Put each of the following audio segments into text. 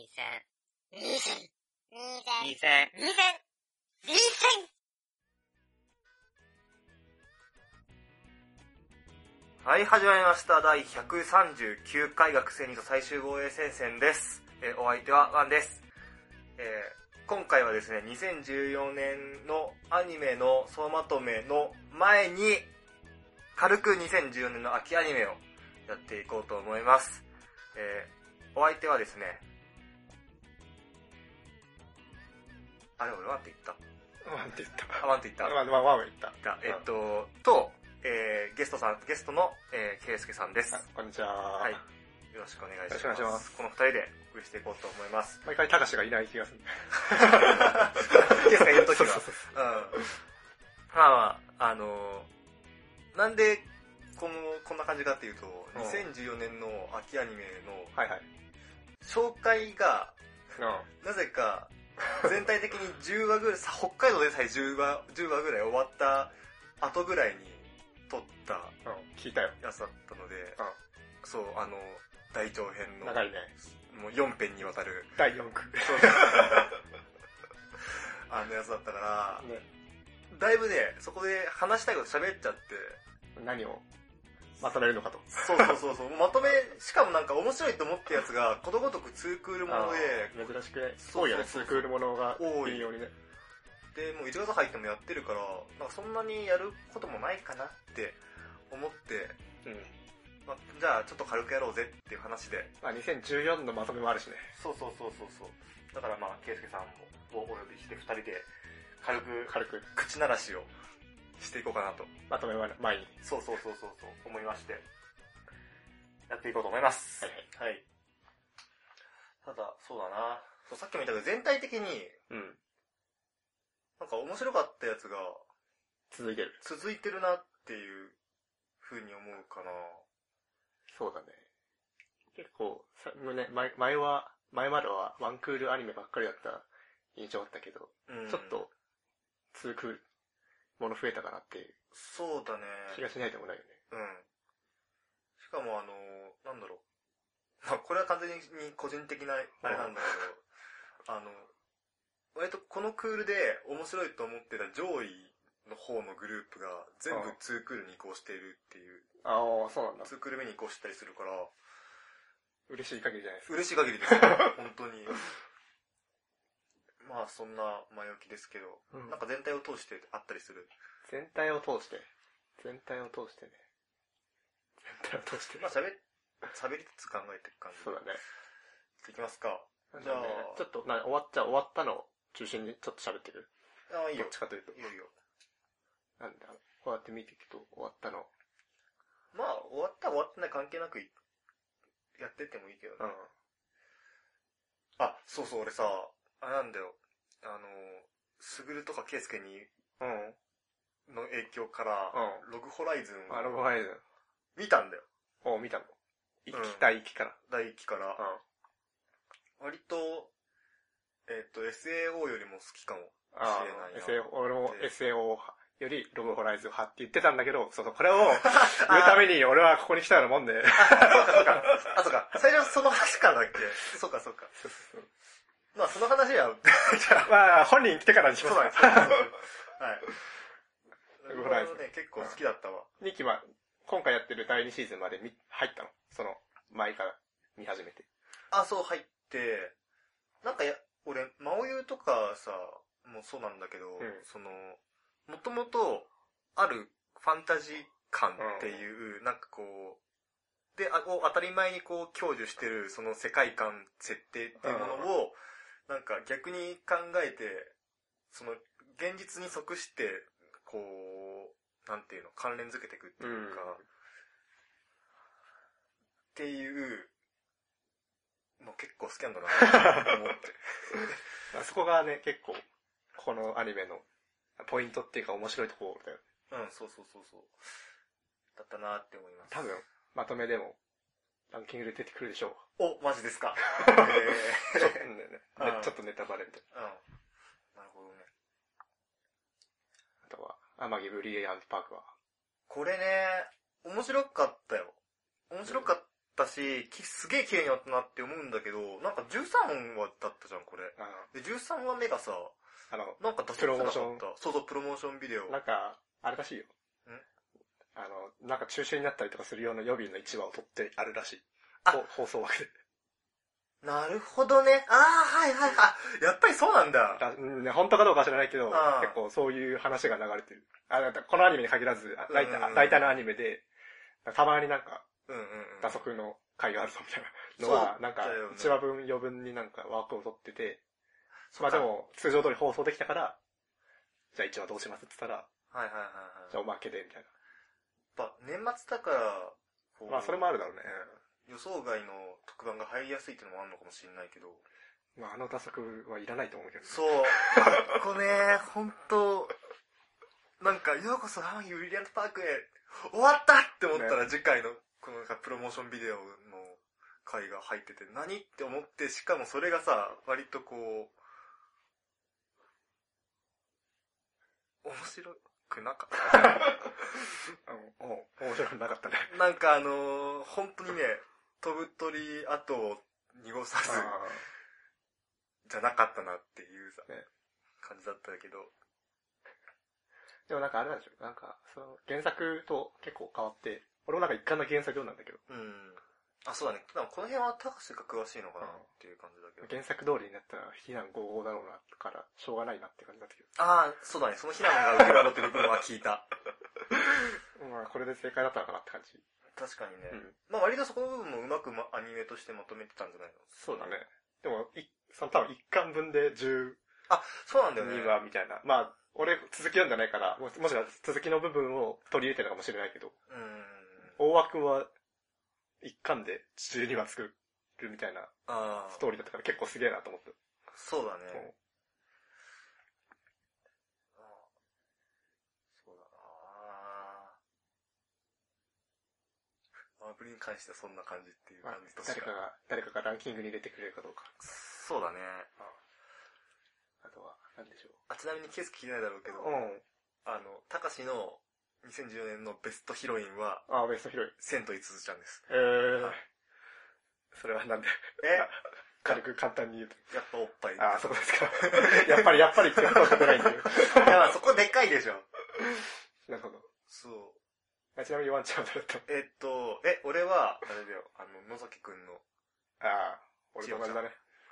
はい、始まりました。第139回学生ニート最終防衛戦線です。お相手はワンです。今回はですね、2014年のアニメの総まとめの前に、軽く2014年の秋アニメをやっていこうと思います。お相手はですね、あれ俺ワンって言った？ ワンって言った。 ワンって言った。 ワンは言った。 ゲストの、ケイスケさんです。 こんにちは。 はい。よろしくお願いします。 よろしくお願いします。 この二人でお送りしていこうと思います。 毎回、たかしがいない気がする。 ケイスケがいるときは。まあ、なんで、こんな感じかっていうと、2014年の秋アニメの、紹介が、なぜか、全体的に10話ぐらい、北海道でさえ10話ぐらい終わった後ぐらいに撮った聞いたよやつだったので、そう、大長編の、 長いね。 もう4編にわたる、 第4区。 やつだったから、だいぶね、そこで話したいこと喋っちゃって、 何をまとめるのかと。 そう。まとめ、しかもなんか面白いと思ったやつが、ことごとく2クールもので、 珍しくね。多いよね、2クールものが多いようにね。 で、もう1月入ってもやってるから、なんかそんなにやることもないかなって思って、じゃあちょっと軽くやろうぜっていう話で。 2014のまとめもあるしね。 そう。だからまあ、ケイスケさんもお呼びして2人で軽く口鳴らしをしていこうかなと。 まとめ前に。 そう、思いまして。やっていこうと思います。はい。ただ、そうだな。さっきも言ったけど、全体的に、なんか面白かったやつが、続いてるなっていう風に思うかな。 そうだね。結構、前まではワンクールアニメばっかりだった印象だったけど、ちょっと、2クールもの増えたかなっていう。 そうだね。 気がしないでもないよね。 しかもなんだろう。まあ、これは完全に個人的なあれなんだけど、割とこのクールで面白いと思ってた上位の方のグループが全部2クールに移行しているっていう。 そうなんだ。 2クール目に移行したりするから、 嬉しい限りじゃないですか。 嬉しい限りですよ。本当に。まあそんな前置きですけど、なんか全体を通してあったりする。 全体を通してね。 まあ喋りつつ考えていく感じ。 そうだね。 いきますか。じゃあ、 ちょっと終わったの中心にちょっと喋ってくる。 いいよ。 どっちかというと。 いいよ。 なんだ、こうやって見ていくと終わったの。 まあ、終わってない関係なくやってってもいいけどね。そう、俺さ、あれなんだよ。スグルとかケイスケに、の影響から、ログホライズンを見たんだよ。 見たの。第1期から。 第1期から。割と、SAO よりも好きかもしれないな。 俺も SAO よりログホライズン派って言ってたんだけど、これを言うために俺はここに来たようなもんで。 そうか。最初その話からだっけ？そうか。まあその話は、 まあ本人来てからにします。 そうなんです。はい。ログホライズンね、結構好きだったわ。 2期は、今回やってる第2シーズンまで入ったの？前から見始めて。 そう、入って、なんか俺、マオユーとかさ、もうそうなんだけど、もともとあるファンタジー感っていう、なんかこう、で、当たり前にこう享受してるその世界観、設定っていうものを、なんか逆に考えて、現実に即して、こう、なんていうの、関連づけていくっていうか、っていうの結構好きなんだなと思って。 そこがね、結構、このアニメのポイントっていうか面白いところだよ。 そう。だったなって思います。 多分、まとめでも、ランキングで出てくるでしょう。マジですか。 ちょっとネタバレみたいな。 なるほどね。 あとは、天城ブリリアントパークは。 これね、面白かったよ。面白かったし、すげえ綺麗になったなって思うんだけど、なんか13話だったじゃん、これ。で、13話目がさ、なんかプロモーション。 そうそう、プロモーションビデオ。 なんか、あれらしいよ。なんか中止になったりとかするような予備の1話を撮ってあるらしい。放送枠で。 なるほどね。はいはいはい。やっぱりそうなんだ。 本当かどうかは知らないけど、結構そういう話が流れてる。このアニメに限らず、大体のアニメで、たまになんか、打足の回があるぞみたいなのは、なんか、1話分余分になんか枠を取ってて、まあでも、通常通り放送できたから、じゃあ1話どうしますって言ったら、じゃあおまけで、みたいな。 やっぱ、年末だから、 まあそれもあるだろうね。 予想外の特番が入りやすいっていうのもあるのかもしれないけど。 まあ打足はいらないと思うけどね。 そう。ここね、ほんと、なんか、ようこそハワイウィリアムズパークへ、終わったって思ったら次回の、このプロモーションビデオの回が入ってて、何って思って、しかもそれがさ、割とこう、面白くなかった面白くなかったね。 なんか本当にね、飛ぶ鳥跡を濁さず、じゃなかったなっていうさ、感じだったけど。 でもなんかあれなんでしょ、なんか、その原作と結構変わって、俺もなんか一巻の原作読んだんだけど。 そうだね。この辺は高橋が詳しいのかなっていう感じだけど。 原作通りになったら非難合々だろうな、からしょうがないなって感じだったけど。 そうだね。その非難が受けられてる分は聞いた。 まあこれで正解だったのかなって感じ。 確かにね。まあ割とそこの部分もうまくアニメとしてまとめてたんじゃないの？ そうだね。でも、多分一巻分で10。 そうなんだよね。 2話みたいな。まあ、俺続き読んでないから、もしかしたら続きの部分を取り入れてるのかもしれないけど。大枠は一巻で12話作るみたいなストーリーだったから結構すげえなと思った。 そうだね。そうだなマーブリに関してはそんな感じっていう感じとしか。 誰かがランキングに入れてくれるかどうか。 そうだね。 あとは、なんでしょう。 ちなみにケース聞いてないだろうけど、たかしの2014年のベストヒロインは、 ベストヒロイン。 千といつつちゃんです。 それはなんで軽く簡単に言うと。 やっぱおっぱい。 そうですか。やっぱりってことは出ないんだよ。 いや、そこでかいでしょ。 なるほど。 そう。 ちなみにワンちゃんは誰だったの？俺は、あれだよ、野崎くんの。 俺と同じだね。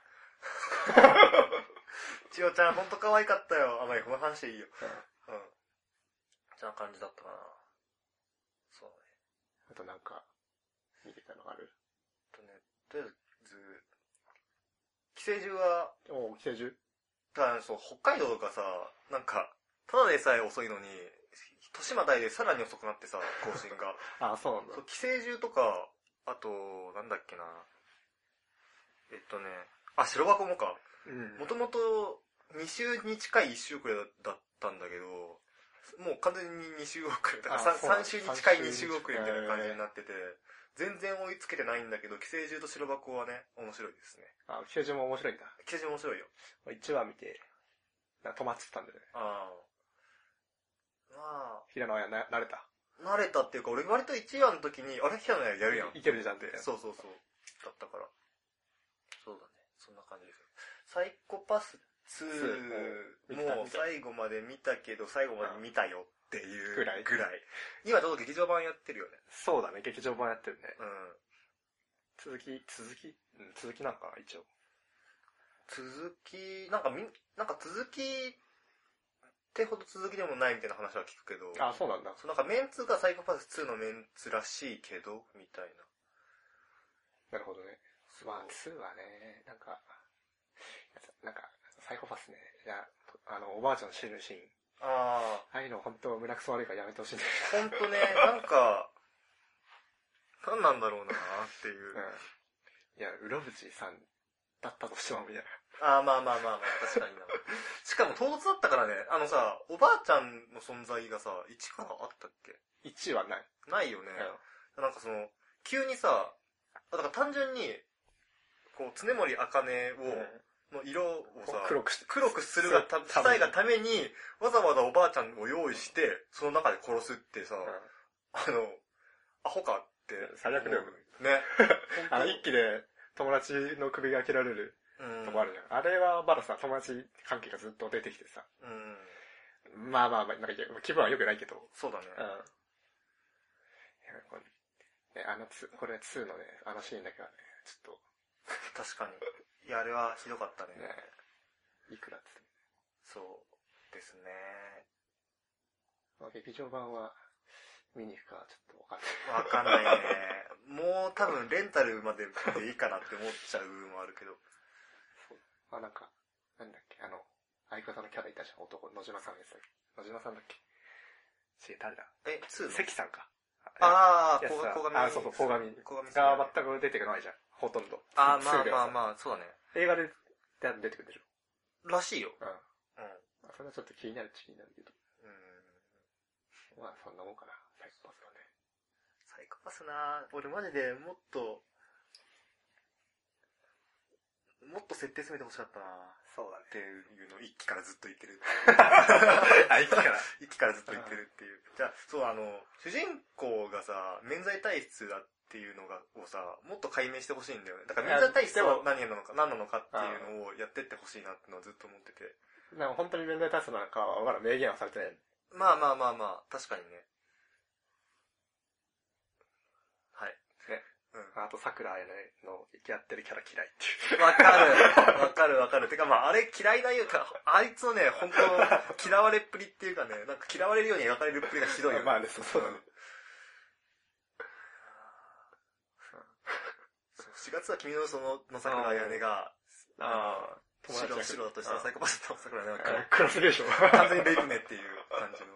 千代ちゃんほんと可愛かったよ。まあ、この話でいいよ。そんな感じだったかな。そうね。 あとなんか、見てたのある？ とりあえず、寄生獣は、 寄生獣？ そう、北海道がさ、なんか、ただでさえ遅いのに、年またいでさらに遅くなってさ、更新が。 そうなんだ。 寄生獣とか、あと、なんだっけな。白箱もか。もともと2週に近い1週遅れだったんだけど、もう完全に2週遅れ、だから3週に近い2週遅れみたいな感じになってて、全然追いつけてないんだけど、寄生獣と白箱はね、面白いですね。 寄生獣も面白いんだ。 寄生獣面白いよ。 1話見て、止まってたんだよね。平野綾慣れた。 慣れたっていうか、俺割と1話の時に、あれ平野綾やるやん。 いけるじゃんって。 そう。だったから。そうだね。そんな感じですよ。サイコパス2も最後まで見たけど、最後まで見たよっていうぐらい。今ちょうど劇場版やってるよね。 そうだね、劇場版やってるね。続きなんかな、一応。なんか続きってほど続きでもないみたいな話は聞くけど。 そうなんだ。 なんかメンツがサイコパス2のメンツらしいけど、みたいな。なるほどね。まあ、2はね、なんか、サイコパスね。おばあちゃんの死ぬシーン。ああいうの本当胸くそ悪いからやめてほしいんだよ。ほんとね、なんか、何なんだろうなっていう。 いや、うろぶちさんだったとしてもみたいな。まあ、確かにな。しかも唐突だったからね、おばあちゃんの存在がさ、1からあったっけ？ 1 はない。 ないよね。なんか急にさ、だから単純に、常森茜の色をさ、 黒くするしたいがために、わざわざおばあちゃんを用意して、その中で殺すってさ、アホかっって最悪だよね。 一気で友達の首が切られるとこあるじゃん。あれはまださ、友達関係がずっと出てきてさ。まあ、なんか気分は良くないけど。 そうだね。 これ2のね、あのシーンだけはね、ちょっと。 確かに。いや、あれはひどかったね。 いくらっつって。 そうですね。 劇場版は見に行くかちょっとわかんないね。もう多分レンタルまででいいかなって思っちゃう部分もあるけど。 そう。なんか、なんだっけ、相方のキャラいたじゃん、男、野島さんです。野島さんだっけ誰だ 2の関さんか。 ああ、 そうそう、鴻上が全く出てこないじゃん、ほとんど。 まあ、そうだね。 映画で出てくるでしょ。 らしいよ。 それはちょっと気になるけど。まあ、そんなもんかな、サイコパスはね。 サイコパスな俺マジでもっと設定攻めてほしかったなそうだね。 っていうのを一期からずっと言ってる。一期からずっと言ってるっていう。じゃあ、そう、主人公がさ、免罪体質だっていうのをさ、もっと解明してほしいんだよね。だから免罪体質は何なのかっていうのをやってってほしいなってのをずっと思ってて。 でも本当に免罪体質なのかはまだ明言はされてない。 まあ、確かにね。はい。 ね。あと、桜彩のやってるキャラ嫌いっていう。 わかる。てかあれ嫌いなようか、あいつのね、本当嫌われっぷりっていうかね、なんか嫌われるように描かれるっぷりがひどいよね。 まあね、そうだね。 4月は君のその桜彩音が、白だとしたらサイコパスと桜彩音がクラスでしょ。 完全にレイプねっていう感じの。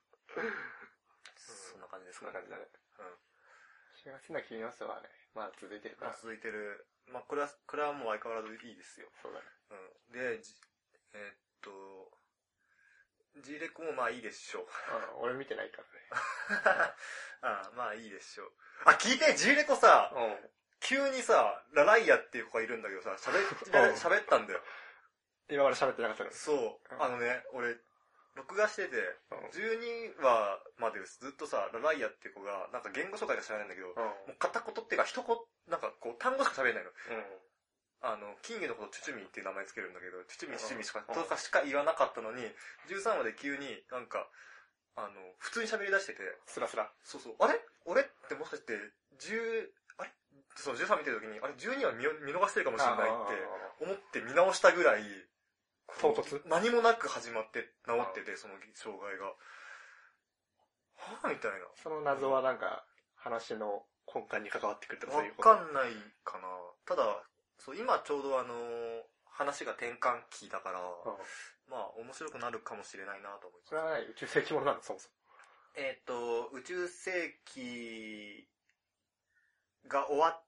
そんな感じですかね。 そんな感じだね。4月の君の人はね、まあ続いてるから。 続いてる。まあこれはもう相変わらずいいですよ。 そうだね。 で、G レコもまあいいでしょう。 俺見てないからね。まあいいでしょう。聞いて G レコさ、急にさ、ラライヤっていう子がいるんだけどさ、喋ったんだよ。 今まで喋ってなかったの。 そう。俺、録画してて、12話までずっとさ、ラライヤっていう子が、なんか言語紹介が知らないんだけど、もう片言っていうか一言、なんかこう単語しか喋れないの。金魚のことチュチュミっていう名前つけるんだけど、チュチュミしか言わなかったのに、13話で急になんか、普通に喋り出してて。 スラスラ。 そう。あれ俺ってもしかして、13見てる時に、あれ12話見逃してるかもしれないって思って見直したぐらい、 唐突何もなく始まって治ってて、その障害が。みたいな。 その謎はなんか、話の根幹に関わってくるとかそういうことわかんないかな。ただ、今ちょうど話が転換期だから、まあ面白くなるかもしれないなと思います。 それは宇宙世紀ものなのそもそも。宇宙世紀が終わって、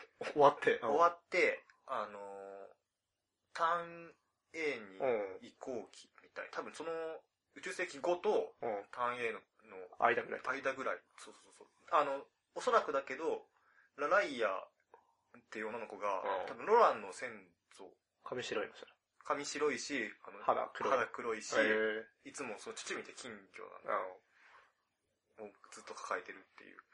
ターン A に移行期みたい。多分その宇宙世紀後とターン A の間ぐらい。 そう。おそらくだけど、ラライヤっていう女の子が、多分ロランの先祖。 髪白いの髪白いし、 肌黒いし、いつもその父見て金魚なんだ。をずっと抱えてるっていう。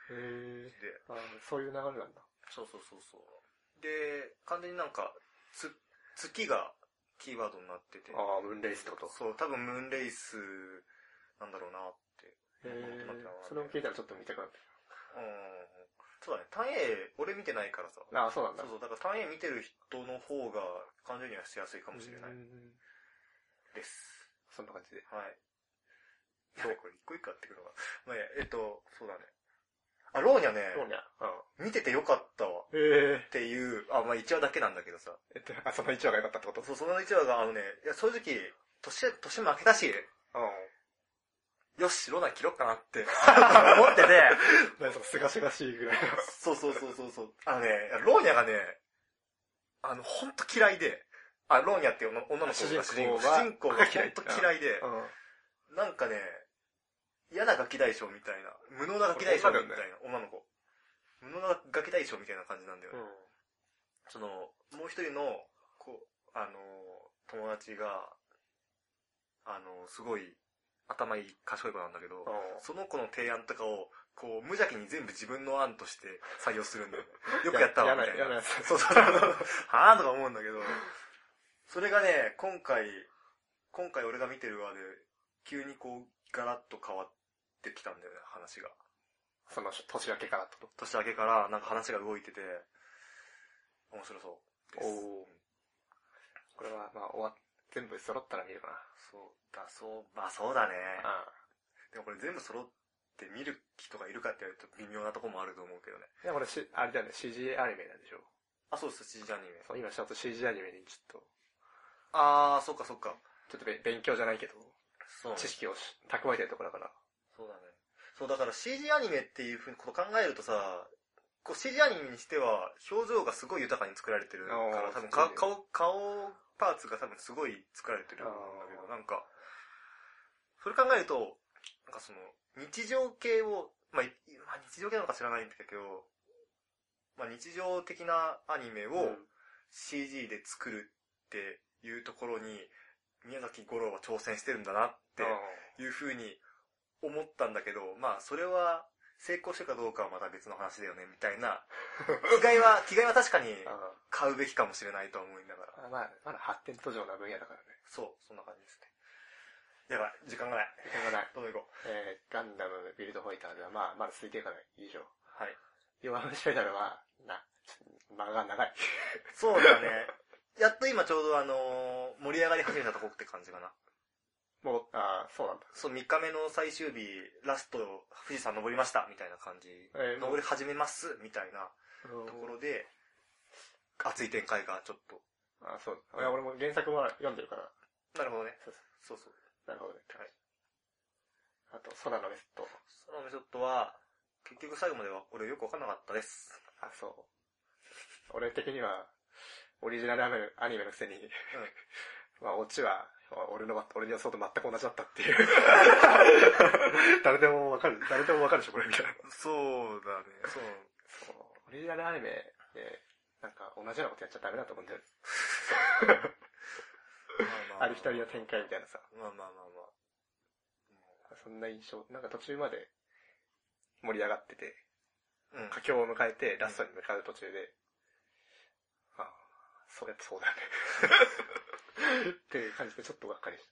で、そういう流れなんだ。 そう。で、完全になんか、月がキーワードになってて。 ムーンレイスってこと？ そう、多分ムーンレイスなんだろうなって。 それを聞いたらちょっと見たくなって。 そうだね。ターン A、俺見てないからさ。 そうなんだ。 そう、だからターン A 見てる人の方が感情にはしやすいかもしれない。です。 そんな感じで。 はい。これ一個一個やってくるのが。そうだね。ローニャね。見ててよかったわ。っていう、1話だけなんだけどさ。 その1話がよかったってこと？ そう、その1話が正直、年負けたし、よし、ローナ切ろっかなって思ってて。 すがしがしいぐらいの。 そう。ローニャがね、ほんと嫌いで、ローニャっていう女の子が主人公がほんと嫌いで、なんかね、嫌なガキ大将みたいな、無能なガキ大将みたいな女の子。無能なガキ大将みたいな感じなんだよね。もう一人の、友達が、すごい、頭いい賢い子なんだけど、その子の提案とかをこう、無邪気に全部自分の案として採用するんだよね。よくやったわ、みたいな。 やそうそうそう。はぁとか思うんだけど、それがね、今回俺が見てる輪で、急にこう、ガラッと変わってきたんだよね、話が。 その年明けからってこと？ 年明けから、なんか話が動いてて、面白そうです。 おー。これは、まあ、全部揃ったら見るかな。 まあそうだね。 ああ。 でもこれ全部揃って見る人がいるかって言われると微妙なとこもあると思うけどね。 いや、これあれだよね、CG アニメなんでしょ？ あ、そうです、CG アニメ。 そう、今ちょっと CG アニメにちょっと。 あー、そっかそっか。 ちょっと勉強じゃないけど、 そう、ね、 知識を蓄えてるところだから。 そうだね。そう、だから CG アニメっていうふうにこと考えるとさ、こう CG アニメにしては表情がすごい豊かに作られてるから、多分顔パーツが多分すごい作られてると思うんだけど、なんか、それ考えると、なんかその、日常系を、まあ日常系なのか知らないんだけど、まあ日常的なアニメを CG で作るっていうところに、宮崎吾郎は挑戦してるんだなっていうふうに思ったんだけど、まあそれは成功してるかどうかはまた別の話だよねみたいな気概は確かに買うべきかもしれないと思いながら。 まだ発展途上な分野だからね。 そう、そんな感じですね。やばい、時間がない。どうぞ行こう。 ガンダムビルドファイターではまだ続いていかない以上。 はい。 弱虫ペダルは間が長い。 そうだね。やっと今ちょうど盛り上がり始めたとこって感じかな。 もう、そうなんだ。 そう、3日目の最終日、ラスト、富士山登りました、みたいな感じ。登り始めます、みたいなところで、熱い展開がちょっと。 そう。俺も原作は読んでるから。 なるほどね。そう。 なるほどね。 はい。 あと、空のメソッド。 空のメソッドは、結局最後までは俺よくわかんなかったです。 そう。俺的には、オリジナルアニメのくせに、まあ、オチは、俺の予想と全く同じだったっていう。誰でもわかるでしょ、これみたいな。 そうだね、そう。 オリジナルアニメで、なんか同じようなことやっちゃダメだと思うんだよ。ありきたりの展開みたいなさ。 まあ。 そんな印象、なんか途中まで盛り上がってて、佳境を迎えてラストに向かう途中で、そうだよね。っていう感じでちょっとがっかりした。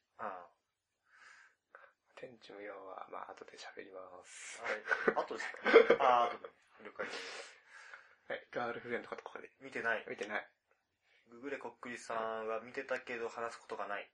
天地無用は、後で喋ります。 はい。後ですか？後で。了解です。 はい、ガールフレンドとかで。 見てない。 ググレコックリさんは見てたけど話すことがない。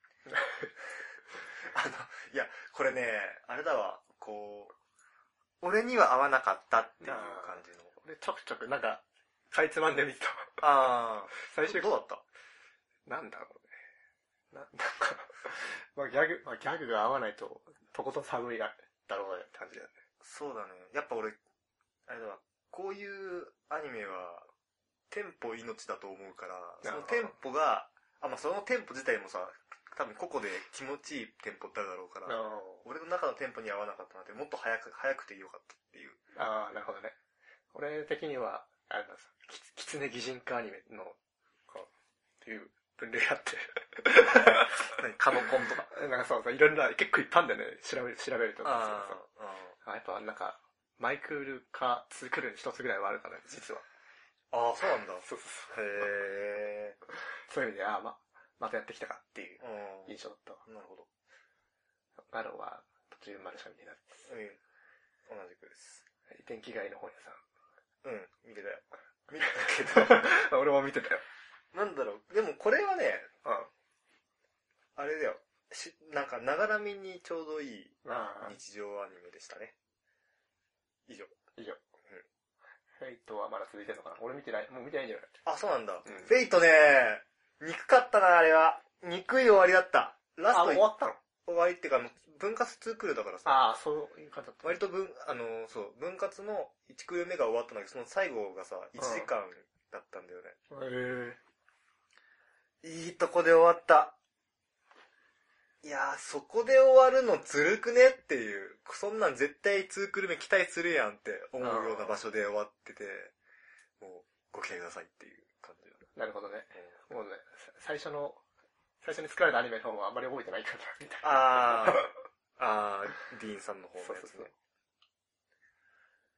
いや、これね、あれだわ、こう、俺には合わなかったっていう感じの。 俺ちょくちょく、なんか、かいつまんで見た。 最終どうだった？ なんだろうね。なんか、ギャグが合わないと、とことん寒いだろうねって感じだよね。 そうだね。やっぱ俺、あれだわ、こういうアニメは、テンポ命だと思うから、そのテンポが、そのテンポ自体もさ、多分個々で気持ちいいテンポってあるだろうから、俺の中のテンポに合わなかったなって、もっと早くてよかったっていう。 なるほどね。俺的には、あれださ、キツネ擬人化アニメの、っていう分類があって。 カノコンとか。 なんかそう、いろんな、結構いっぱいあるんだよね、調べると。やっぱなんか、マイクールかツークールに一つぐらいはあるからね、実は。 そうなんだ。 そう。 へー。 そういう意味で、またやってきたかっていう印象だったわ。 なるほど。 ガロは途中までしか見てないです。 同じくです。 電気街の本屋さん。 見てたよ。見てたけど。 俺も見てたよ。 なんだろう。でもこれはね、あれだよ。なんか、ながらみにちょうどいい日常アニメでしたね。以上。 フェイトはまだ続いてるのかな？俺見てない。もう見てないんじゃない？ そうなんだ。フェイトね、憎かったな、あれは。憎い終わりだった。ラスト終わったの？ 終わりってか、分割2クールだからさ。 そういう感じだった。 割と分割の1クール目が終わったんだけど、その最後がさ、1時間だったんだよね。いいとこで終わった。いやー、そこで終わるのずるくねっていう、そんなん絶対2クール目期待するやんって思うような場所で終わってて、もうご期待くださいっていう感じだ。 なるほどね。もうね、最初に作られたアニメの方もあんまり覚えてないからみたいな。 ディーンさんの方のやつね。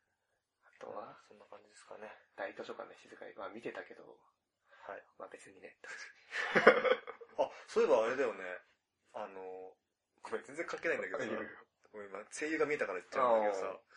とは、 そんな感じですかね。 大図書館の静かに、まあ見てたけど、 はい。 まあ別にね。 あ、そういえばあれだよね。ごめん、全然関係ないんだけどさ、ごめん、今、声優が見えたから言っちゃうんだけどさ、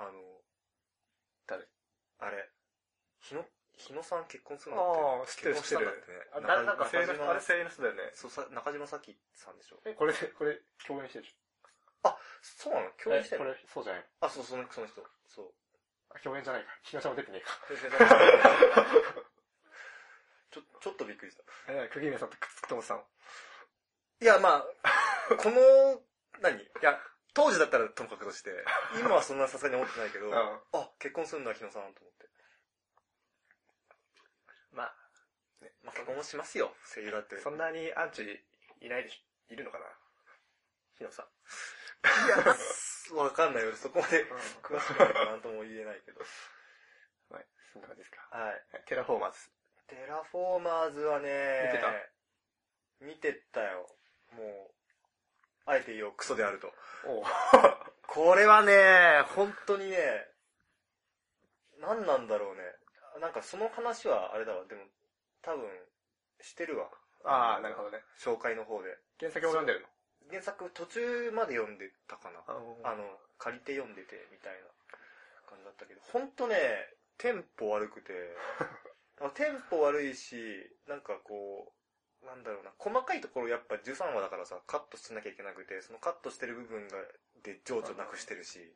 誰？ あれ、日野さん結婚するのって。知ってる知ってる。なんか声優の人、あれ声優の人だよね。 そう、中島咲さんでしょ。 これ、共演してるでしょ。あ、そうなの？共演してるの？ これ、そうじゃない。 あ、そう、その人。そう。 共演じゃないか。日野ちゃんも出てねえか。 ちょっとびっくりした。 釘宮さんとくっつくと思ってたの。 いや、まあ、この、いや、当時だったらともかくとして、今はそんなさすがに思ってないけど、あ、結婚するんだ、日野さんと思って。 まあ、 ね、まあ結婚もしますよ、声優だって。 そんなにアンチいないでしょ、いるのかな、日野さん。 いや、わかんないよ、そこまで詳しくないかなんとも言えないけど。 はい、そんな感じですか。 はい。 テラフォーマーズ。 テラフォーマーズはね、見てたよ。もう、あえて言おう、クソであると。これはね、本当にね、何なんだろうね。なんかその話はあれだわ、でも、多分、してるわ。 ああ、なるほどね。 紹介の方で。 原作を読んでるの？ 原作途中まで読んでたかな。借りて読んでて、みたいな感じだったけど、ほんとね、テンポ悪くて、テンポ悪いし、なんかこう、なんだろうな、細かいところやっぱ13話だからさ、カットしなきゃいけなくて、そのカットしてる部分で情緒なくしてるし。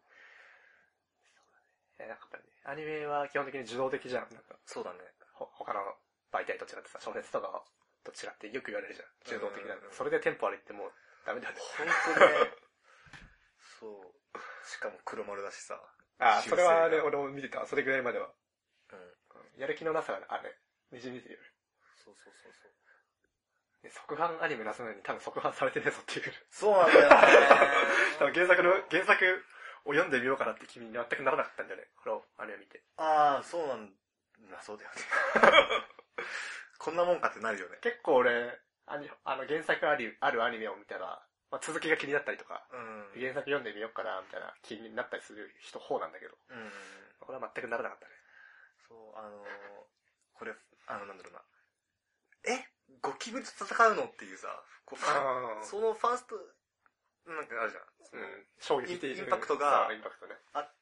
なんかね、アニメは基本的に受動的じゃん。なんかそうだね。 他の媒体と違ってさ、小説とかと違ってよく言われるじゃん。受動的だ。それでテンポ悪いってもうダメだよね。 ほんとね。そう。しかも黒丸だしさ。 ああ、それはね、俺も見てた。それぐらいまでは。 うん。 やる気のなさがあれ、にじみ出てるよね。 そう。 即販アニメ出すのに多分即販されてねえぞっていう。 そうなんだよね。 多分原作を読んでみようかなって君に全くならなかったんだよね。このアニメ見て。 ああ、そうなんだ、そうだよね。こんなもんかってなるよね。 結構俺、原作あるアニメを見たら、まあ、続きが気になったりとか、原作読んでみようかな、みたいな気になったりする方なんだけど、これは全くならなかったね。 そう、これ、なんだろうな。ゴキブリと戦うのっていうさ、そのファースト、なんかあるじゃん。 衝撃的インパクトがね、 あって、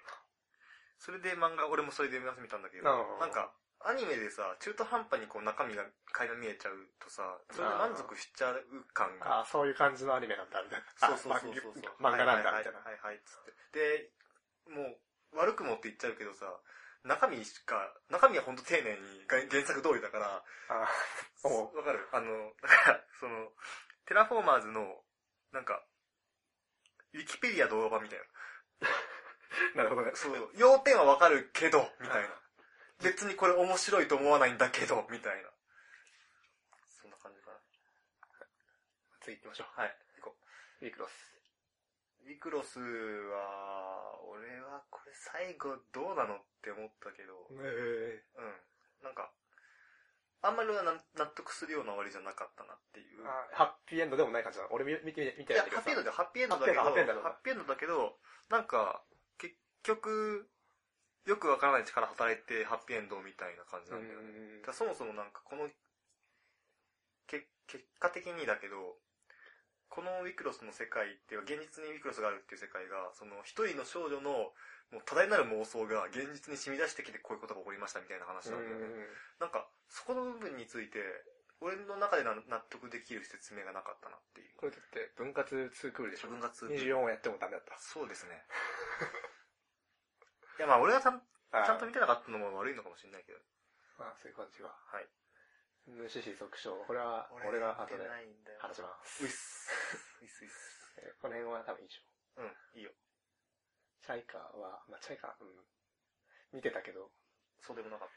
それで俺もそれで見たんだけど、なんか、アニメでさ、中途半端にこう中身が垣間見えちゃうとさ、それで満足しちゃう感が。 ああ、そういう感じのアニメなんだ、みたいな。 そう。 漫画なんだ、みたいな。 はい、つって。で、もう、悪くもって言っちゃうけどさ、中身はほんと丁寧に原作通りだから、わかる？だから、テラフォーマーズの、なんか、ウィキペディア動画版みたいな。なるほどね。 そう、要点はわかるけど、みたいな。別にこれ面白いと思わないんだけど、みたいな。そんな感じかな。 次行きましょう。 はい、行こう。ウィクロス。 ウィクロスは、俺はこれ最後どうなのって思ったけど、なんか、あんまり俺は納得するような終わりじゃなかったなっていう。 ハッピーエンドでもない感じだな。俺見てないけど。いや、 ハッピーエンドだけど、なんか、結局、よくわからない力働いてハッピーエンドみたいな感じなんだよね。そもそもなんかこの、結果的にだけど、このウィクロスの世界っていう現実にウィクロスがあるっていう世界が、その一人の少女のもう多大なる妄想が現実に染み出してきてこういうことが起こりましたみたいな話なんだよね。なんか、そこの部分について、俺の中で納得できる説明がなかったなっていう。 これだって分割2クールでしょ。 分割 24をやってもダメだった。 そうですね。いやまあ俺がちゃんと見てなかったのも悪いのかもしれないけど。 まあそういう感じは。 はい。 主視続唱。これは俺が後で話します。 ういっす。 この辺は多分いいでしょ。いいよ。 チャイカは、見てたけど。 そうでもなかった。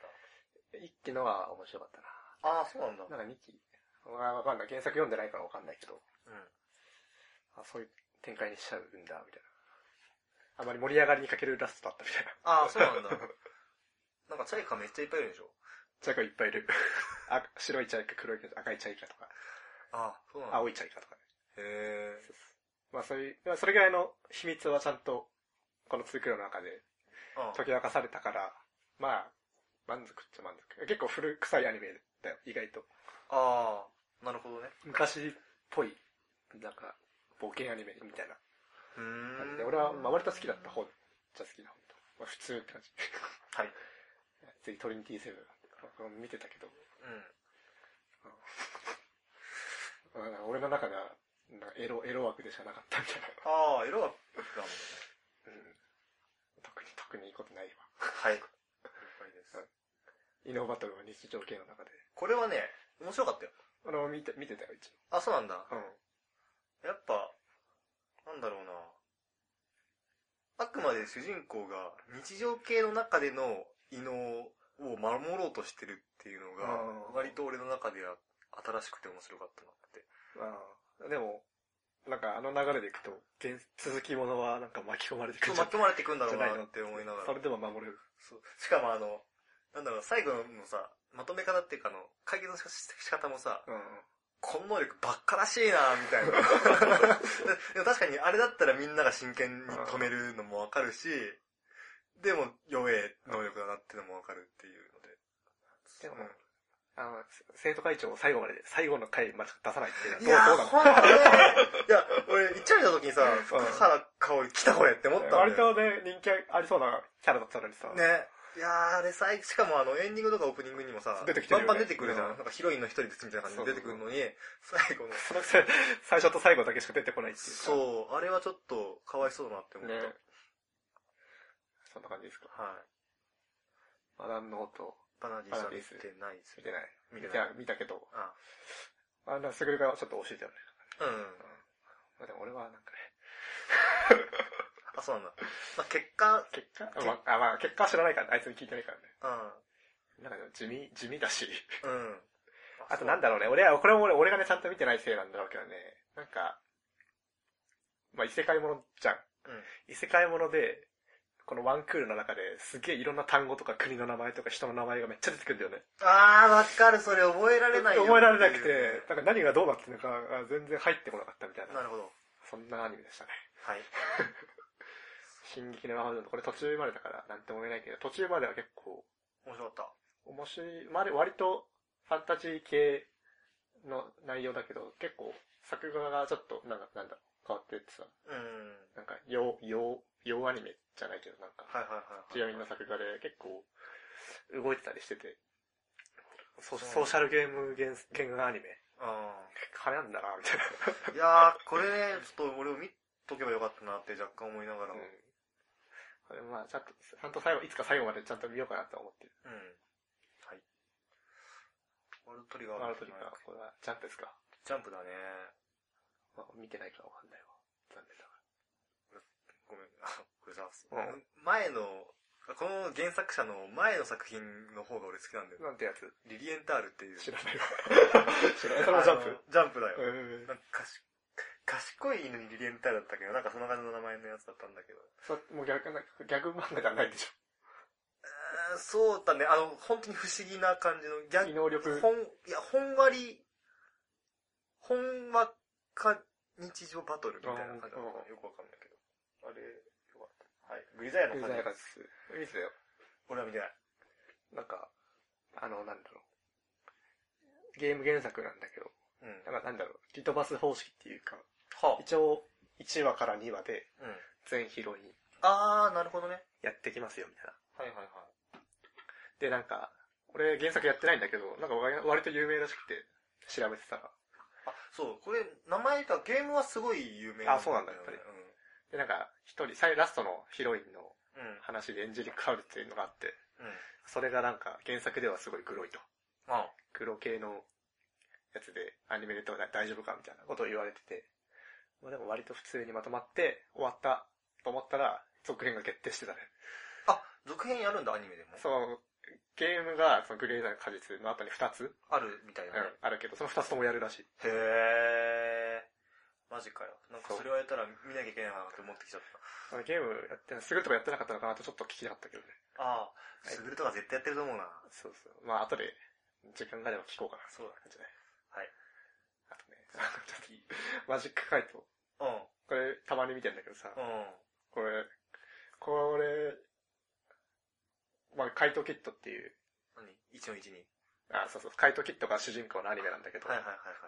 一期のは面白かったな。 ああ、そうなんだ。 なんか2期。わかんない。原作読んでないからわかんないけど。そういう展開にしちゃうんだ、みたいな。あまり盛り上がりに欠けるラストだったみたいな。 ああ、そうなんだ。なんかチャイカめっちゃいっぱいいるでしょ。 チャイカいっぱいいる。白いチャイカ、黒いチャイカ、赤いチャイカとか。 ああ、そうなんだ。 青いチャイカとかね。 へえ。 まあそれぐらいの秘密はちゃんと、このツークロの中で解き明かされたから、まあ、満足っちゃ満足。結構古臭いアニメだよ、意外と。 ああ、なるほどね。 昔っぽい、なんか、冒険アニメみたいな。で俺は、まあ、割と好きだった方っちゃ好きな方と。まあ、普通って感じ。 はい。 次トリニティセブン見てたけど。俺の中では、なんかエロ枠でしかなかったみたいな。 ああ、エロ枠だもんね。 特にいいことないわ。 はい。了解です。 異能バトルは日常系の中で。 これはね、面白かったよ。 見てたよ、一応。あ、そうなんだ。やっぱ、なんだろうな。あくまで主人公が日常系の中での異能を守ろうとしてるっていうのが、割と俺の中では新しくて面白かったなって。 でも、なんか流れでいくと、続きものはなんか巻き込まれてくる。 巻き込まれてくんだろうなって思いながら。 それでも守れる。 そう。しかもなんだろう、最後のさ、まとめ方っていうか解決の仕方もさ、この能力ばっからしいなみたいな。でも確かにあれだったらみんなが真剣に止めるのもわかるし、でも弱え能力だなってのもわかるっていうので。 でも、生徒会長を最後の回まで出さないっていうのはどうなの？いや、俺、一応見た時にさ、福原香織来たこれって思ったんだよ。 割とね、人気ありそうなキャラだったのにさ。 ね。いやー、あれしかもエンディングとかオープニングにもさ、バンバン出てくるじゃん。なんかヒロインの一人ですみたいな感じで出てくるのに、最後の。 最初と最後だけしか出てこないっていう。 そう、あれはちょっとかわいそうだなって思った。ね、 そんな感じですか。 はい。 マダンノート。 バナディスは見てないです。 見てない。見たけど。スグルがちょっと教えてよね。でも俺はなんかね。 あ、そうなんだ。まあ、結果は知らないから、あいつに聞いてないからね。なんか地味だし。あとなんだろうね、俺がね、ちゃんと見てないせいなんだろうけどね。なんか、まあ、異世界ものじゃん。異世界もので、このワンクールの中ですげえいろんな単語とか国の名前とか人の名前がめっちゃ出てくるんだよね。 わかる、それ覚えられないよ。 覚えられなくて、なんか何がどうなってるのかが全然入ってこなかったみたいな。 なるほど。 そんなアニメでしたね。 はい。 進撃の魔法陣、これ途中までだからなんても言えないけど、途中までは結構面白かった。 面白い、割とファンタジー系の内容だけど、結構作画がちょっとなんだ変わってってさ、なんか洋アニメじゃないけどなんか、強みの作画で結構動いてたりしてて、ソーシャルゲーム原画アニメ。金なんだなみたいな。 いやー、これね、ちょっと俺を見とけばよかったなって若干思いながらも。 まあちゃんといつか最後までちゃんと見ようかなと思ってる。 はい。ワールドトリガー。 これはジャンプですか？ ジャンプだね。 まあ、見てないからわかんないわ。残念だから。ごめん。これさ、この原作者の前の作品の方が俺好きなんだよ。 なんてやつ？ リリエンタールっていう。 知らないわ。知らない。それもジャンプ？ ジャンプだよ。なんか賢い犬にリリエンタールだったけど、なんかその感じの名前のやつだったんだけど。 もうギャグ漫画ではないでしょ。 そうだね。本当に不思議な感じの異能力。 ほんわか日常バトルみたいな感じだったのかな。よくわかんないけど。あれ、よかった。はい。グリザヤの感じです。 見てたよ。 俺は見てない。 なんか、なんだろう。ゲーム原作なんだけど、なんだろう、リトバス方式っていうか、一応、1話から2話で、全ヒロイン。 なるほどね。 やってきますよ、みたいな。 はい。 で、なんか、俺原作やってないんだけど、なんか割と有名らしくて、調べてたら。 そう、これ、名前が、ゲームはすごい有名なんだよね。そうなんだ、やっぱり。で、なんか、ラストのヒロインの話でエンジェリック・ハウルっていうのがあって、それがなんか、原作ではすごい黒いと。黒系のやつで、アニメでと大丈夫かみたいなことを言われてて、まあでも割と普通にまとまって終わったと思ったら、続編が決定してたね。 続編やるんだ、アニメでも。 そう、ゲームが、そのグレーザーの果実の後に2つあるみたいなね。 あるけど、その2つともやるらしい。 へー。マジかよ。なんかそれをやったら見なきゃいけないなって思ってきちゃった。 ゲームやってスグルとかやってなかったのかなとちょっと聞きたかったけどね。 スグルとか絶対やってると思うな。 そう。まあ後で、時間があれば聞こうかな。 そうだ。じゃない。はい。 あとね、マジックカイト。これ、たまに見てんだけどさ。これ、 まあ、怪盗キットっていう。 何 ?1-1-2。 あ、そうそう。怪盗キットが主人公のアニメなんだけど。 はいはいはいはい。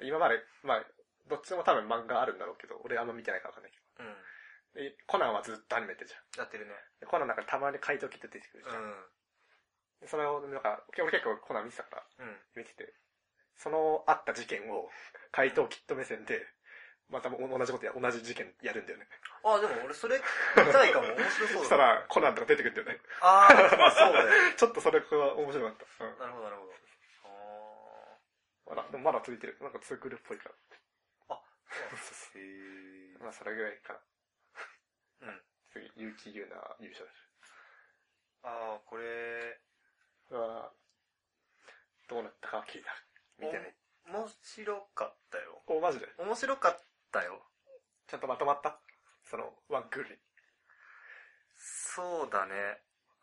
今まで、まあ、どっちも多分漫画あるんだろうけど、俺あんま見てないからわかんないけど。で、コナンはずっとアニメってじゃん。 やってるね。 コナンなんかたまに怪盗キット出てくるじゃん。それを、なんか、俺結構コナン見てたから、見てて、そのあった事件を怪盗キット目線で、また同じこと同じ事件やるんだよね。 あ、でも俺それ見たいかも。面白そうだ、ね。 そしたらコナンとか出てくるんだよね。 ああ、まあそうだよ。 ちょっとそれが面白かった。 なるほどなるほど。 でもまだ続いてる。なんか続くるっぽいから。 あ、そうへまあそれぐらいかな。次、結城優奈優勝です。 ああ、これは、どうなったか聞いた。見てない。 面白かったよ。 マジで面白かったよ。 ちゃんとまとまった？その、ワンクールに。 そうだね。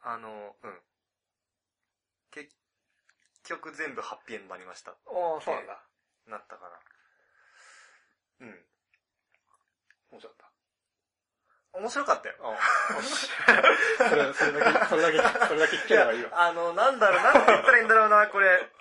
結局全部ハッピーエンドになりました。 そうなんだ。 なったかな。 面白かった。 面白かったよ。 それだけ聞ければいいわ。 なんだろう、なんて言ったらいいんだろうな、これ。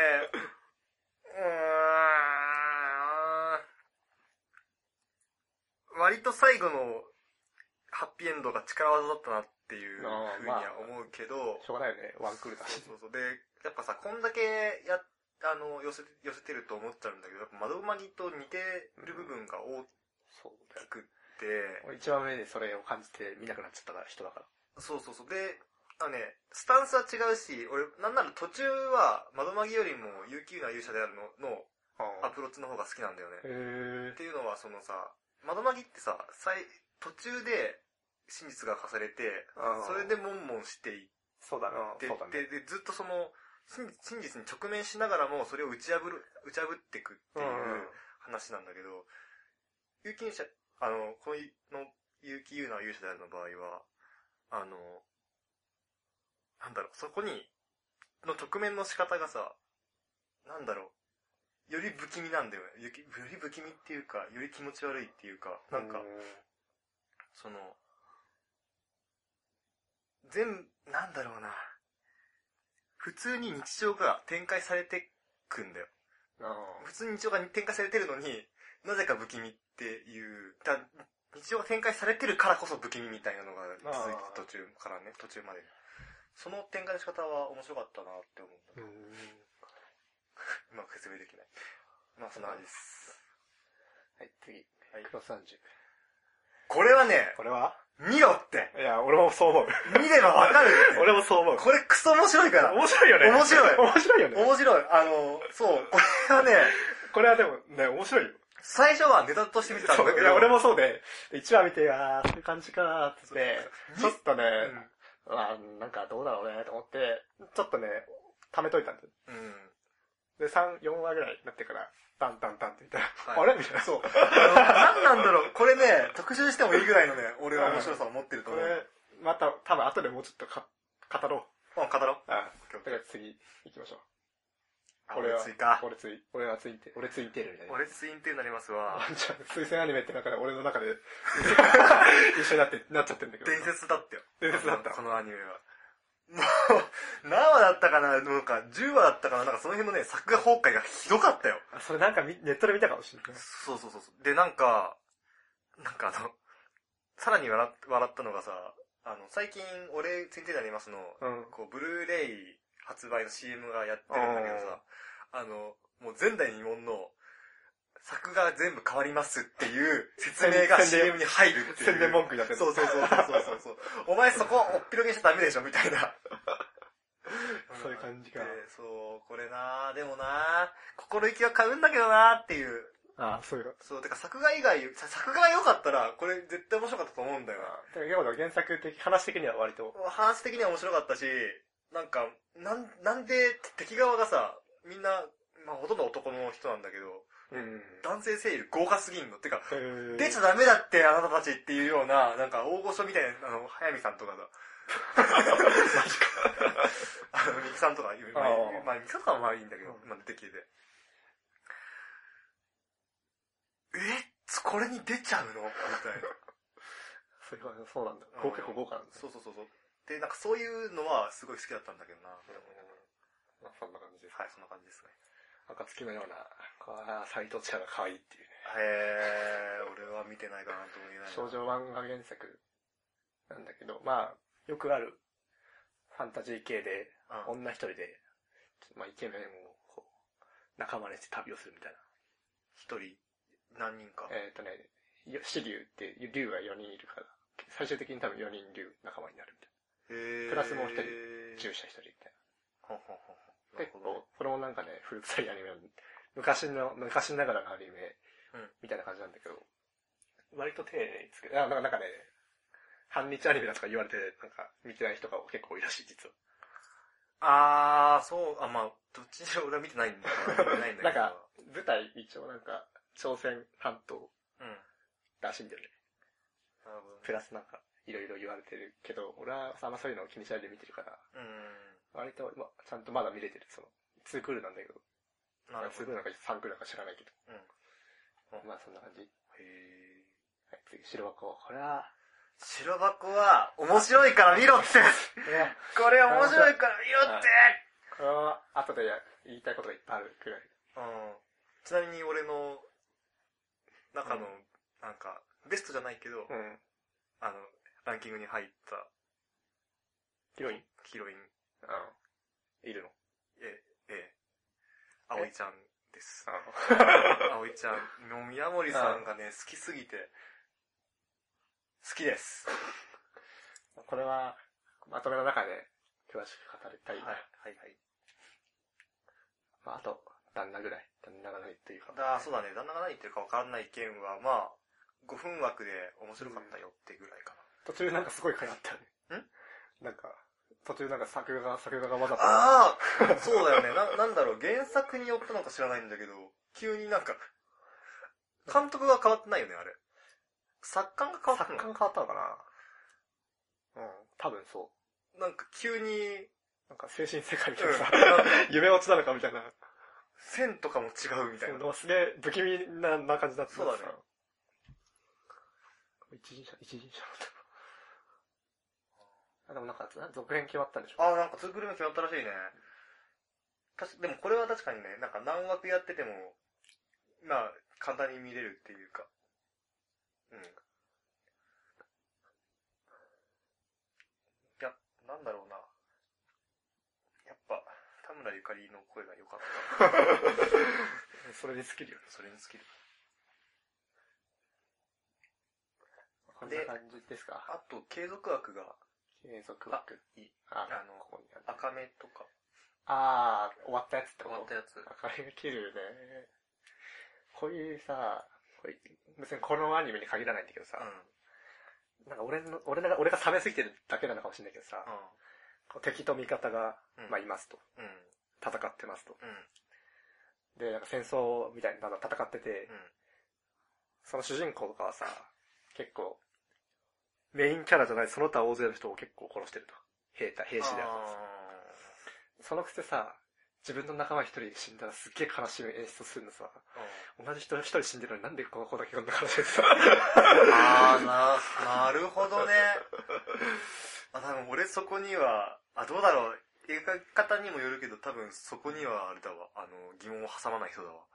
割と最後のハッピーエンドが力技だったなっていうふうには思うけど、 しょうがないよね、ワンクールだし。 そう。で、やっぱさ、こんだけ寄せてると思っちゃうんだけど、やっぱ窓マギと似てる部分が大きくって、 一番目でそれを感じて見なくなっちゃった人だから。 そう。で、スタンスは違うし、俺、なんなら途中は窓マギよりも有給な勇者であるのアプローチの方が好きなんだよね。っていうのは、そのさ、窓マギってさ、途中で真実が課されて、それで悶々していって、 そうだな。 で、ずっとその、真実に直面しながらも、それを打ち破っていくっていう話なんだけど、有機勇者、この有機優奈勇者であるの場合は、なんだろう、そこの直面の仕方がさ、なんだろう、より不気味なんだよね。より不気味っていうか、より気持ち悪いっていうか、なんか、その、なんだろうな。普通に日常が展開されてくんだよ。普通に日常が展開されてるのに、なぜか不気味っていう、日常が展開されてるからこそ不気味みたいなのが続いて途中まで。その展開の仕方は面白かったなって思うんだ。うまく説明できない。まあそんな感じです。 はい、次。クロス30。 これはね、見ろって。 いや、俺もそう思う。 見ればわかるって。 俺もそう思う。 これクソ面白いから。 面白いよね。 面白いよね。 面白い。そう、これはね。 これはでもね、面白いよ。 最初はネタとして見てたんだけど。 いや、俺もそうで、1話見て、そういう感じかーって、ちょっとね、なんかどうだろうねと思って、ちょっとね、貯めといたんだよ。で、3、4話ぐらいになってから、タンタンタンって言ったら、あれみたいな。 そう。なんなんだろう。これね、特集してもいいぐらいのね、俺は面白さを持ってると思う。 これ、また、多分後でもうちょっと語ろう。 語ろう。 だから次、行きましょう。 俺はツイか。 俺はツインテールみたいな。 俺ツインテールになりますわ。 じゃあ、推薦アニメって中で俺の中で、一緒になっちゃってんだけど。 伝説だったよ。 伝説だった。 このアニメは。もう、何話だったかな、なんか10話だったかな、なんかその辺のね、作画崩壊がひどかったよ。 それなんかネットで見たかもしれない。 そう。で、なんかさらに笑ったのがさ、最近俺ツインテールになりますの、こう、ブルーレイ発売の CM がやってるんだけどさ、もう前代未聞の、作画全部変わりますっていう説明が CM に入るっていう。 宣伝文句になってる。 そう。お前そこおっぴろげしちゃダメでしょみたいな。 そういう感じか。 そう、これなぁ、でもなぁ、心意気は買うんだけどなぁっていう。 そういう。 そう、てか作画が良かったら、これ絶対面白かったと思うんだよな。 要は原作的、話的には割と。 話的には面白かったし、なんか、なんで敵側がさ、みんな、まあほとんど男の人なんだけど、男性声優豪華すぎんの。てか、出ちゃダメだってあなたたちっていうような、なんか大御所みたいな、早見さんとかさ。マジか。ミキさんとか、まあミキさんとかはまあいいんだけど、出てきてて。これに出ちゃうのみたいな。 そうなんだ。結構豪華なんだ。 そう。 で、なんかそういうのはすごい好きだったんだけどな。 まあそんな感じです。 はい、そんな感じですね。 暁のような、斎藤千佳が可愛いっていうね。 俺は見てないかなと思いながら。 少女漫画原作なんだけど、まあ、よくあるファンタジー系で、女一人で、まあイケメンをこう仲間にして旅をするみたいな。 一人何人か。 四竜って竜が4人いるから、最終的に多分4人竜仲間になるみたいな。プラスもう一人、従者一人みたいな。結構、これもなんかね、古臭いアニメ昔ながらのアニメみたいな感じなんだけど、割と丁寧に作る。なんかね、半日アニメだとか言われて、なんか見てない人が結構多いらしい、実は。そう、まあ、どっちにしろ俺は見てないんだけど。 なんか、舞台一応なんか、朝鮮半島らしいんだよね。プラスなんか、いろいろ言われてるけど、俺はあんまそういうのを気にしないで見てるから、割と、ちゃんとまだ見れてる、2クールなんだけど、2クールなんか3クールなんか知らないけど、まあそんな感じ。はい、次、白箱。これは、 白箱は、面白いから見ろってこれ面白いから見ろってこれは、後で言いたいことがいっぱいあるくらい。 ちなみに俺の、中の、なんか、ベストじゃないけど、ランキングに入った、 ヒロインいるの？ええ。葵ちゃんです。葵ちゃん。もう宮森さんがね、好きすぎて、好きです。 これは、まとめの中で詳しく語りたい。 はい。 まあ、あと、旦那ぐらい。旦那が何言ってるか。 そうだね。旦那が何言ってるか分かんない件は、まあ、5分枠で面白かったよってぐらいかな。 途中なんかすごい回あったよね。なんか、途中なんか作画がわざと。 そうだよね。なんだろう、原作によったのか知らないんだけど、急になんか、監督が変わってないよね、あれ。作家が変わったの？ 作家が変わったのかな？多分そう。 なんか急に、 なんか精神世界みたいなさ、夢落ちなのかみたいな。 線とかも違うみたいな。 すげえ不気味な感じだった。 そうだね。 一人称でもなんか、続編決まったんでしょ？ なんか続編決まったらしいね。でもこれは確かにね、なんか何枠やってても、まあ、簡単に見れるっていうか。いや、なんだろうな。やっぱ、田村ゆかりの声が良かった。 それに尽きるよね。 それに尽きる。 こんな感じですか？ あと、継続枠が。 継続枠。 いい。 ここにある。 赤目とか。 終わったやつってこと？ 終わったやつ。 赤目切るね。こういうさ、別にこのアニメに限らないんだけどさ、なんか俺が冷めすぎてるだけなのかもしれないけどさ、敵と味方が、まあいますと。戦ってますと。で、なんか戦争みたいなの戦ってて、その主人公とかはさ、結構、メインキャラじゃないその他大勢の人を結構殺してると。兵士であると。そのくせさ、自分の仲間一人死んだらすっげえ悲しみ演出するのさ、同じ人一人死んでるのになんでこの子だけこんな悲しいさ。 なるほどね。多分俺そこには、どうだろう。描き方にもよるけど、多分そこにはあれだわ。疑問を挟まない人だわ。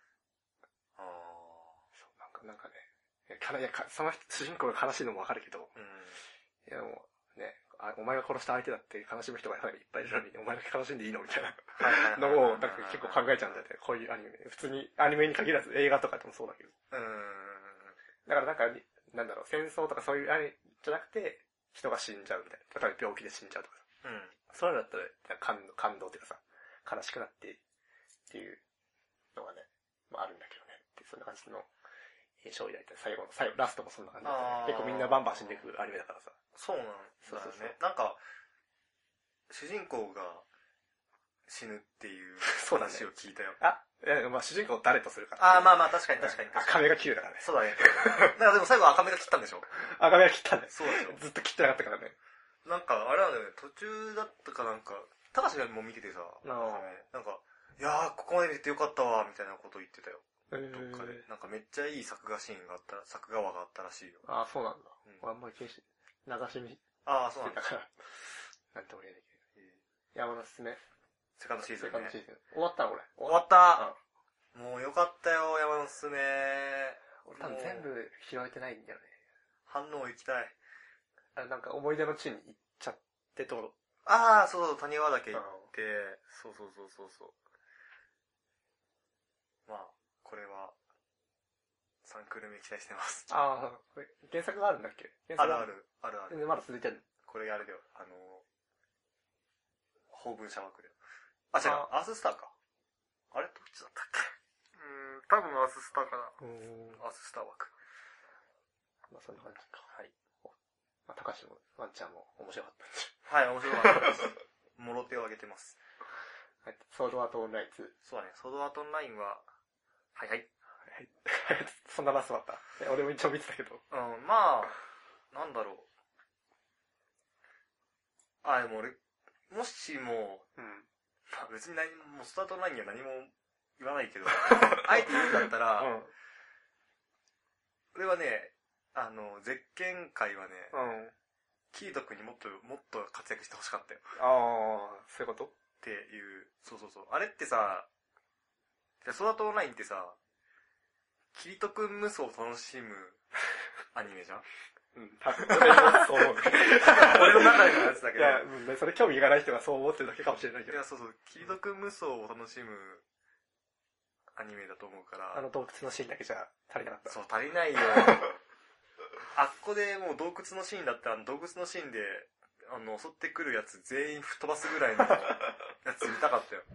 そう、なんかね。その主人公が悲しいのもわかるけど、いやもうね、お前が殺した相手だって悲しむ人がいっぱいいるのに、お前だけ悲しんでいいのみたいなのを、なんか結構考えちゃうんだよね。こういうアニメ。普通にアニメに限らず映画とかでもそうだけど。だからなんか、なんだろう、戦争とかそういうアニメじゃなくて、人が死んじゃうみたいな。例えば病気で死んじゃうとかさ。そういうのだったら感動っていうかさ、悲しくなってっていうのがね、まああるんだけどね。ってそんな感じの印象を抱いて、最後、ラストもそんな感じだったね。結構みんなバンバン死んでいくアニメだからさ。 そうなんだよね。なんか、主人公が死ぬっていう話を聞いたよ。 まあ主人公を誰とするか。 まあ確かに。 赤目が切るだからね。 そうだね。だからでも最後赤目が切ったんでしょ？ 赤目が切ったんだよ。 そうでしょ。 ずっと切ってなかったからね。 なんか、あれなんだよね、途中だったかなんか、高橋がもう見ててさ、なんか、いやー、ここまで見ててよかったわ、みたいなこと言ってたよ。どっかで。なんかめっちゃいい作画シーンがあった、作画話があったらしいよ。 そうなんだ。あんまり流し見。 ああ、そうなんだ。 だから、なんとも言えないけど。山のおすすめ。 セカンドシーズンね。 セカンドシーズン。終わったの俺。 終わった、もうよかったよ、山のおすすめ。 俺多分全部拾えてないんだよね。 反応行きたい。 なんか思い出の地に行っちゃってと。 ああ、そうそう、谷川岳行って、そう。まあ、これは、3クール目期待してます。 ああ、これ原作があるんだっけ？ ある。 まだ続いてるの？ これあれだよ、法文社枠だよ。あ、違う、アーススターか。あれどっちだったっけ？多分アーススターかな。アーススター枠。 まあそんな感じか。はい。まあ、高橋もワンちゃんも面白かったんで。 はい、面白かったです。もろ手を挙げてます。 はい。ソードアートオンライン2。 そうだね、ソードアートオンラインは、はい。 そんなラストだった。俺も一応見てたけど。 まあ、なんだろう。でも俺、もしも、まあ別にもうスタートオンラインには何も言わないけど、あえて言うんだったら、俺はね、ゼッケン界はね、キート君にもっと活躍してほしかったよ。 ああ、そういうこと？ っていう、そう。あれってさ、ソードアートオンラインってさ、キリト君無双を楽しむアニメじゃん？ 多分俺もそう思う。 俺の中でのやつだけど。 いや、それ興味がない人がそう思ってるだけかもしれないけど。 いや、そう。キリト君無双を楽しむアニメだと思うから。 洞窟のシーンだけじゃ足りなかった。 そう、足りないよ。あっこでもう洞窟のシーンだったら、洞窟のシーンで、襲ってくるやつ全員吹っ飛ばすぐらいのやつ見たかったよ。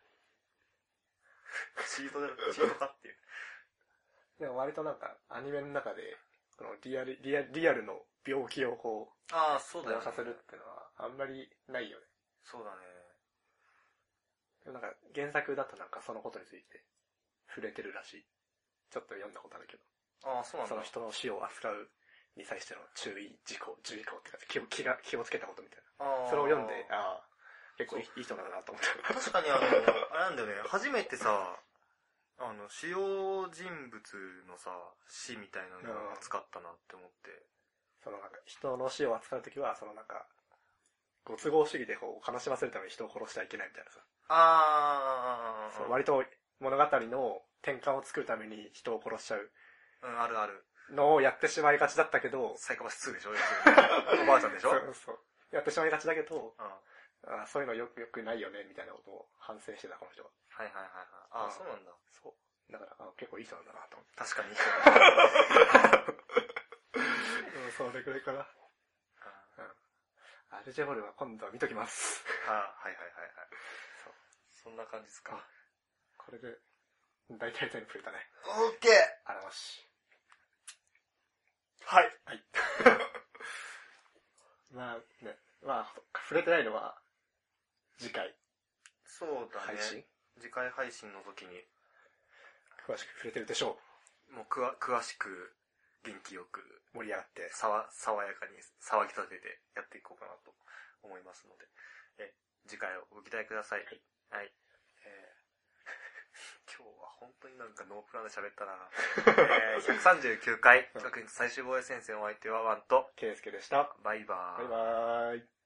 チートかっていう。 でも割となんか、アニメの中で、このリアルの病気をこう、 そうだよ、ね。 させるっていうのはあんまりないよね。 そうだね。 でもなんか原作だとなんかそのことについて触れてるらしい。ちょっと読んだことあるけど。 そうなんだ。 その人の死を扱うに際しての注意事項っていうか気をつけたことみたいな。それを読んで、結構いい人なんだなと思って。 確かにあれなんだよね、初めてさ、主要人物のさ、死みたいなのを扱ったなって思って。 そのなんか人の死を扱うときは、そのなんか、ご都合主義でこう悲しませるために人を殺してはいけないみたいなさ。そう割と物語の転換を作るために人を殺しちゃう。 ある。 のをやってしまいがちだったけど。 サイコパス2でしょおばあちゃんでしょそう。やってしまいがちだけど、そういうのよくないよね、みたいなことを反省してた、この人は。 はい。そうなんだ。 そう。だから、結構いい人なんだなと思って。 確かに。 それくらいかな。アルジェボルは今度は見ときます。 はい。そんな感じですか。 これで、大体全部触れたね。 オッケー。 あらまし。 はい。 まあね、触れてないのは、次回。 そうだね。 配信？ 次回配信の時に。 詳しく触れてるでしょう。もう詳しく、元気よく、 盛り上がって、 爽やかに騒ぎ立ててやっていこうかなと思いますので、次回をご期待ください。はい。今日は本当になんかノープランで喋ったな。139回、学院最終防衛戦線お相手はワンと、 ケイスケでした。 バイバーイ。 バイバーイ。